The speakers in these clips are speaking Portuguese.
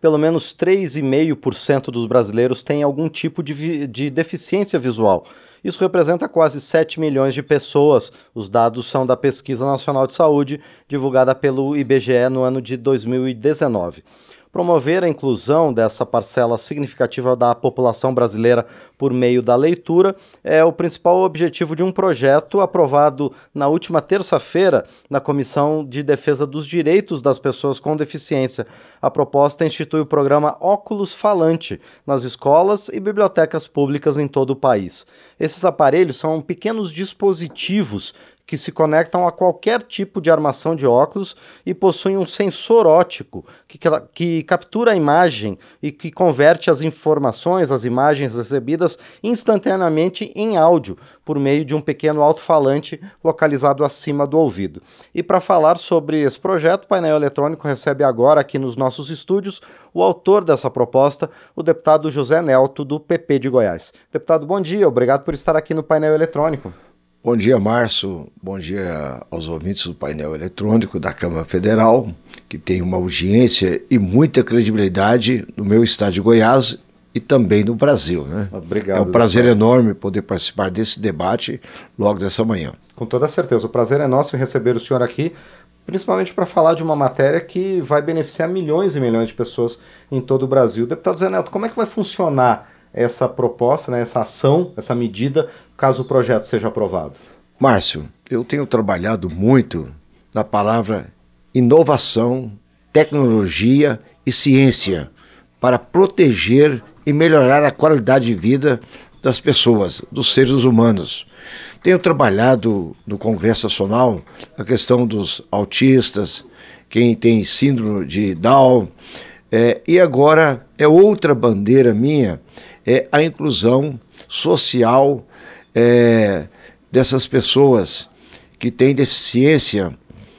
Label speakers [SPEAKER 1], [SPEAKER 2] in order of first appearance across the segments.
[SPEAKER 1] pelo menos 3,5% dos brasileiros têm algum tipo de deficiência visual. Isso representa quase 7 milhões de pessoas. Os dados são da Pesquisa Nacional de Saúde, divulgada pelo IBGE no ano de 2019. Promover a inclusão dessa parcela significativa da população brasileira por meio da leitura é o principal objetivo de um projeto aprovado na última terça-feira na Comissão de Defesa dos Direitos das Pessoas com Deficiência. A proposta institui o programa Óculos Falante nas escolas e bibliotecas públicas em todo o país. Esses aparelhos são pequenos dispositivos que se conectam a qualquer tipo de armação de óculos e possuem um sensor óptico que captura a imagem e que converte as informações, as imagens recebidas instantaneamente em áudio, por meio de um pequeno alto-falante localizado acima do ouvido. E para falar sobre esse projeto, o Painel Eletrônico recebe agora aqui nos nossos estúdios o autor dessa proposta, o deputado José Nelto, do PP de Goiás. Deputado, bom dia, obrigado por estar aqui no Painel Eletrônico.
[SPEAKER 2] Bom dia, Márcio. Bom dia aos ouvintes do painel eletrônico da Câmara Federal, que tem uma audiência e muita credibilidade no meu estado de Goiás e também no Brasil, né?
[SPEAKER 1] Obrigado.
[SPEAKER 2] É um prazer enorme poder participar desse debate logo dessa manhã.
[SPEAKER 1] Com toda certeza. O prazer é nosso em receber o senhor aqui, principalmente para falar de uma matéria que vai beneficiar milhões e milhões de pessoas em todo o Brasil. Deputado Zé Nelto, como é que vai funcionar essa proposta, né, essa ação, essa medida, caso o projeto seja aprovado?
[SPEAKER 2] Márcio, eu tenho trabalhado muito na palavra inovação, tecnologia e ciência para proteger e melhorar a qualidade de vida das pessoas, dos seres humanos. Tenho trabalhado no Congresso Nacional a questão dos autistas, quem tem síndrome de Down, e agora é outra bandeira minha, é a inclusão social dessas pessoas que têm deficiência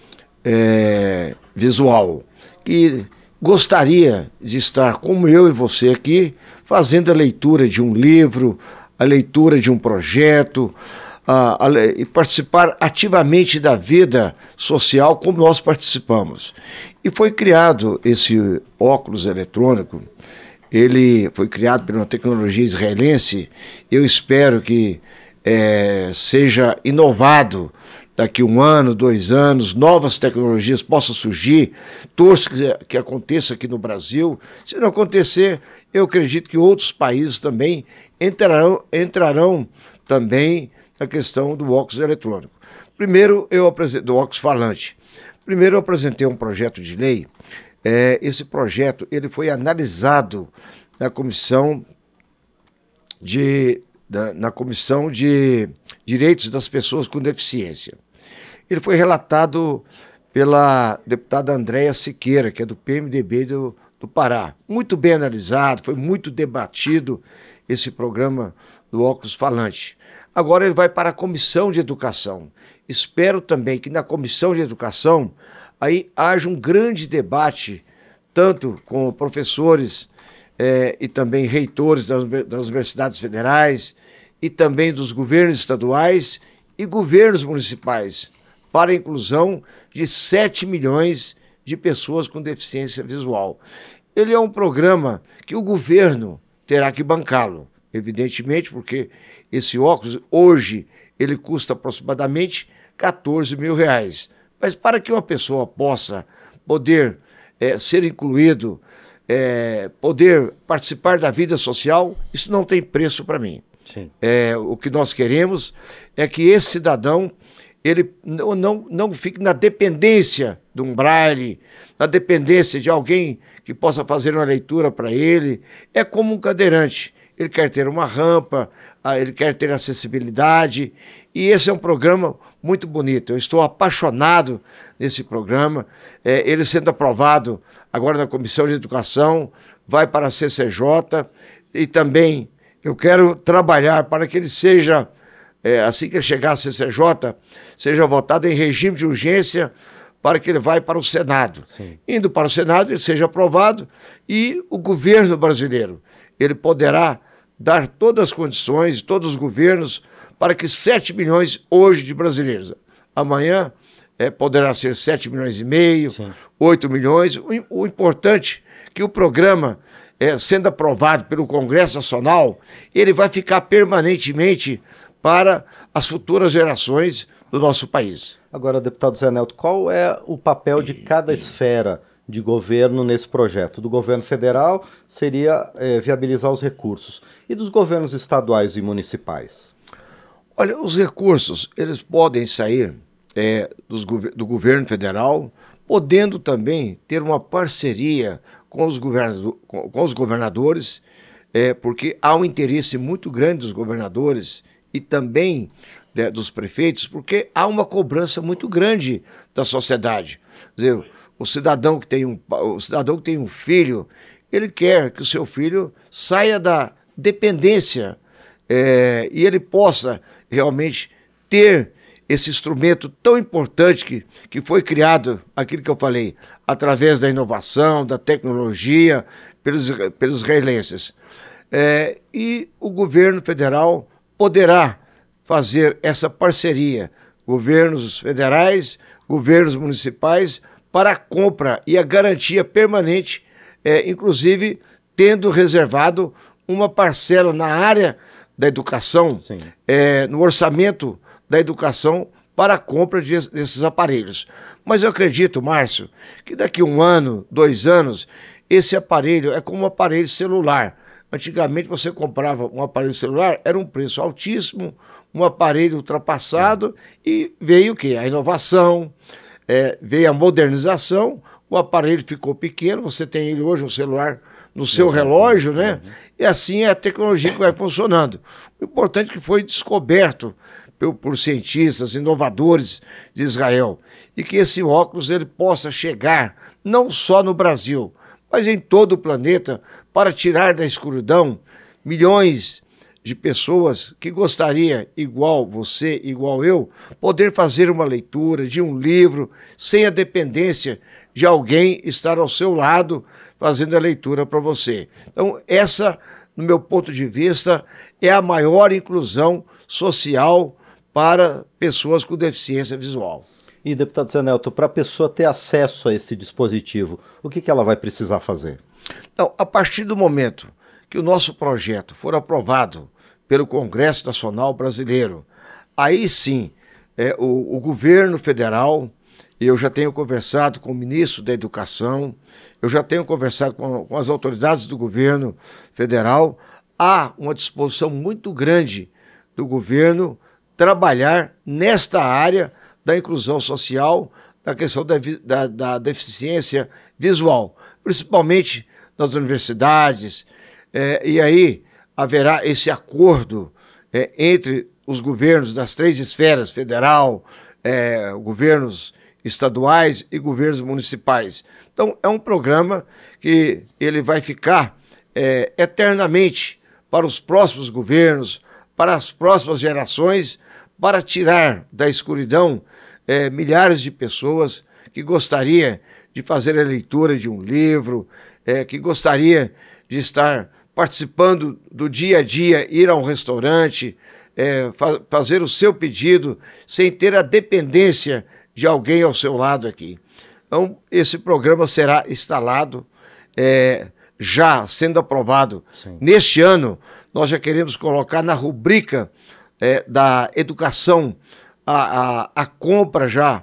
[SPEAKER 2] visual, que gostaria de estar como eu e você aqui, fazendo a leitura de um livro, a leitura de um projeto, e participar ativamente da vida social como nós participamos. E foi criado esse óculos eletrônico. Ele foi criado por uma tecnologia israelense. Eu espero que seja inovado daqui 1 ano, 2 anos, novas tecnologias possam surgir. Torço que aconteça aqui no Brasil. Se não acontecer, eu acredito que outros países também entrarão também na questão do óculos eletrônico. Primeiro, do óculos falante. Primeiro, eu apresentei um projeto de lei. Esse projeto ele foi analisado na Comissão de Direitos das Pessoas com Deficiência. Ele foi relatado pela deputada Andréia Siqueira, que é do PMDB do Pará. Muito bem analisado, foi muito debatido esse programa do óculos falante. Agora ele vai para a Comissão de Educação. Espero também que na Comissão de Educação aí haja um grande debate, tanto com professores e também reitores das universidades federais e também dos governos estaduais e governos municipais, para a inclusão de 7 milhões de pessoas com deficiência visual. Ele é um programa que o governo terá que bancá-lo, evidentemente, porque esse óculos, hoje, ele custa aproximadamente R$14 mil. Mas para que uma pessoa possa poder ser incluído, poder participar da vida social, isso não tem preço para mim.
[SPEAKER 1] Sim.
[SPEAKER 2] O que nós queremos é que esse cidadão ele não fique na dependência de um braille, na dependência de alguém que possa fazer uma leitura para ele. É como um cadeirante. Ele quer ter uma rampa, ele quer ter acessibilidade, e esse é um programa muito bonito. Eu estou apaixonado nesse programa. Ele sendo aprovado agora na Comissão de Educação, vai para a CCJ, e também eu quero trabalhar para que ele seja, assim que chegar à CCJ, seja votado em regime de urgência, para que ele vá para o Senado.
[SPEAKER 1] Sim.
[SPEAKER 2] Indo para o Senado, ele seja aprovado, e o governo brasileiro ele poderá dar todas as condições, todos os governos, para que 7 milhões hoje de brasileiros, amanhã poderá ser 7 milhões e meio,
[SPEAKER 1] Sim.
[SPEAKER 2] 8 milhões, o importante é que o programa, sendo aprovado pelo Congresso Nacional, ele vai ficar permanentemente para as futuras gerações do nosso país.
[SPEAKER 1] Agora, deputado Zé Nelto, qual é o papel de cada esfera de governo nesse projeto? Do governo federal seria viabilizar os recursos. E dos governos estaduais e municipais?
[SPEAKER 2] Olha, os recursos, eles podem sair do governo federal, podendo também ter uma parceria com os governadores, porque há um interesse muito grande dos governadores e também dos prefeitos, porque há uma cobrança muito grande da sociedade. Quer dizer, o cidadão que tem um filho, ele quer que o seu filho saia da dependência e ele possa realmente ter esse instrumento tão importante que foi criado, aquilo que eu falei, através da inovação, da tecnologia, pelos israelenses. E o governo federal poderá fazer essa parceria, governos federais, governos municipais, para a compra e a garantia permanente, inclusive tendo reservado uma parcela na área da educação, no orçamento da educação para a compra desses aparelhos. Mas eu acredito, Márcio, que daqui 1 ano, 2 anos, esse aparelho é como um aparelho celular. Antigamente você comprava um aparelho celular, era um preço altíssimo, um aparelho ultrapassado, e veio o quê? A inovação, veio a modernização, o aparelho ficou pequeno, você tem ele hoje, um celular no seu relógio, né? E assim é a tecnologia que vai funcionando. O importante é que foi descoberto por cientistas, inovadores de Israel, e que esse óculos ele possa chegar não só no Brasil, mas em todo o planeta, para tirar da escuridão milhões de pessoas que gostaria, igual você, igual eu, poder fazer uma leitura de um livro sem a dependência de alguém estar ao seu lado fazendo a leitura para você. Então, essa, no meu ponto de vista, é a maior inclusão social para pessoas com deficiência visual.
[SPEAKER 1] E, deputado Zé Nelto, para a pessoa ter acesso a esse dispositivo, o que ela vai precisar fazer?
[SPEAKER 2] Então, a partir do momento que o nosso projeto for aprovado pelo Congresso Nacional Brasileiro, aí sim, o governo federal, eu já tenho conversado com o ministro da Educação, eu já tenho conversado com as autoridades do governo federal, há uma disposição muito grande do governo trabalhar nesta área da inclusão social, da questão da deficiência visual, principalmente nas universidades, e aí haverá esse acordo entre os governos das 3 esferas, federal, governos estaduais e governos municipais. Então, é um programa que ele vai ficar eternamente para os próximos governos, para as próximas gerações, para tirar da escuridão milhares de pessoas que gostaria de fazer a leitura de um livro, que gostaria de estar participando do dia a dia, ir a um restaurante, fazer o seu pedido sem ter a dependência de alguém ao seu lado aqui. Então, esse programa será instalado, já sendo aprovado. Sim. Neste ano, nós já queremos colocar na rubrica da educação a compra já,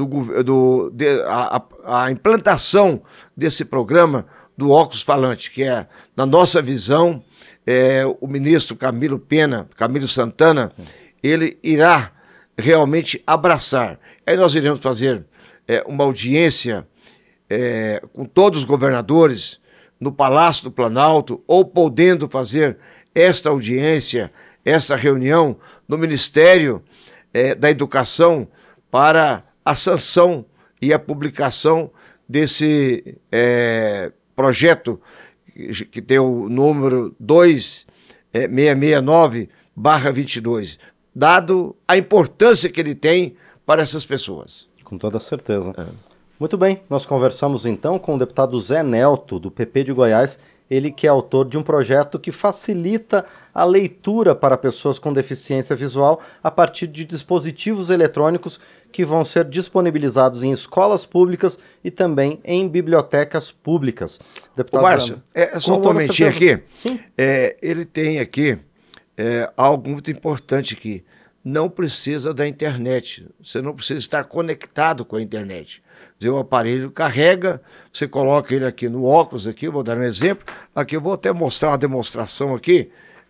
[SPEAKER 2] a implantação desse programa do óculos falante, que é, na nossa visão, o ministro Camilo Santana, sim, ele irá realmente abraçar. Aí nós iremos fazer uma audiência com todos os governadores no Palácio do Planalto, ou podendo fazer esta audiência, esta reunião no Ministério da Educação para a sanção e a publicação desse projeto que tem o número 2669/22, dado a importância que ele tem para essas pessoas.
[SPEAKER 1] Com toda certeza. Muito bem, nós conversamos então com o deputado Zé Nelto, do PP de Goiás, ele que é autor de um projeto que facilita a leitura para pessoas com deficiência visual a partir de dispositivos eletrônicos que vão ser disponibilizados em escolas públicas e também em bibliotecas públicas.
[SPEAKER 2] Deputado Márcio, só um momentinho aqui.
[SPEAKER 1] Sim.
[SPEAKER 2] Ele tem aqui algo muito importante aqui. Não precisa da internet, você não precisa estar conectado com a internet. Quer dizer, o aparelho carrega, você coloca ele aqui no óculos, aqui, vou dar um exemplo, aqui eu vou até mostrar uma demonstração aqui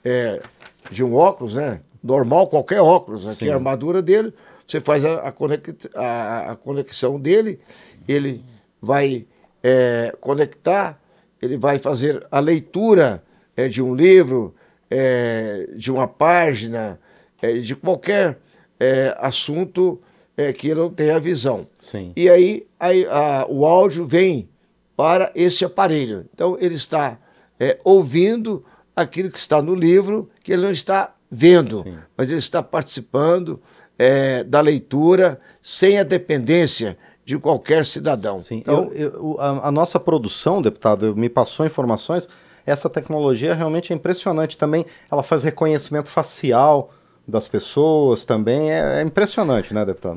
[SPEAKER 2] de um óculos, né? Normal, qualquer óculos, aqui. Sim. A armadura dele, você faz a conexão dele, ele vai conectar, ele vai fazer a leitura de um livro, de uma página, de qualquer assunto que ele não tenha visão.
[SPEAKER 1] Sim.
[SPEAKER 2] E aí o áudio vem para esse aparelho. Então ele está ouvindo aquilo que está no livro, que ele não está vendo. Sim. Mas ele está participando da leitura sem a dependência de qualquer cidadão.
[SPEAKER 1] Sim.
[SPEAKER 2] Então,
[SPEAKER 1] a nossa produção, deputado, me passou informações, essa tecnologia realmente é impressionante também, ela faz reconhecimento facial das pessoas também, é impressionante, né, deputado?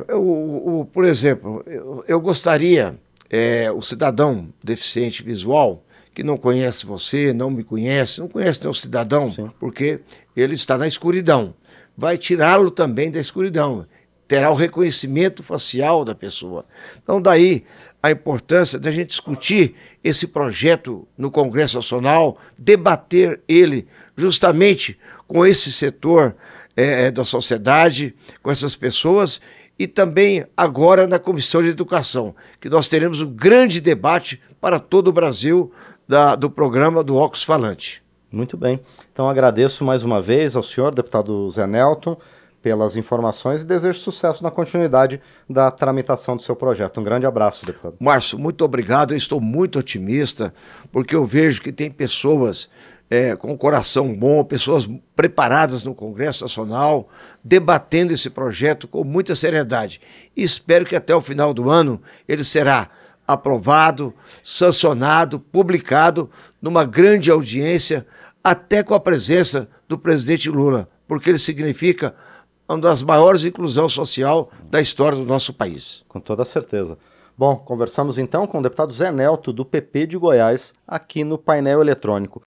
[SPEAKER 2] Por exemplo, eu gostaria, o cidadão deficiente visual, que não conhece você, não me conhece, não conhece nenhum cidadão, sim, porque ele está na escuridão, vai tirá-lo também da escuridão, terá o reconhecimento facial da pessoa. Então daí a importância da gente discutir esse projeto no Congresso Nacional, debater ele justamente com esse setor da sociedade, com essas pessoas, e também agora na Comissão de Educação, que nós teremos um grande debate para todo o Brasil do programa do Óculos Falante.
[SPEAKER 1] Muito bem. Então agradeço mais uma vez ao senhor, deputado Zé Nélton, pelas informações e desejo sucesso na continuidade da tramitação do seu projeto. Um grande abraço, deputado.
[SPEAKER 2] Márcio, muito obrigado. Eu estou muito otimista, porque eu vejo que tem pessoas com coração bom, pessoas preparadas no Congresso Nacional, debatendo esse projeto com muita seriedade. E espero que até o final do ano ele será aprovado, sancionado, publicado numa grande audiência, até com a presença do presidente Lula, porque ele significa uma das maiores inclusões social da história do nosso país.
[SPEAKER 1] Com toda certeza. Bom, conversamos então com o deputado Zé Nélton, do PP de Goiás, aqui no painel eletrônico.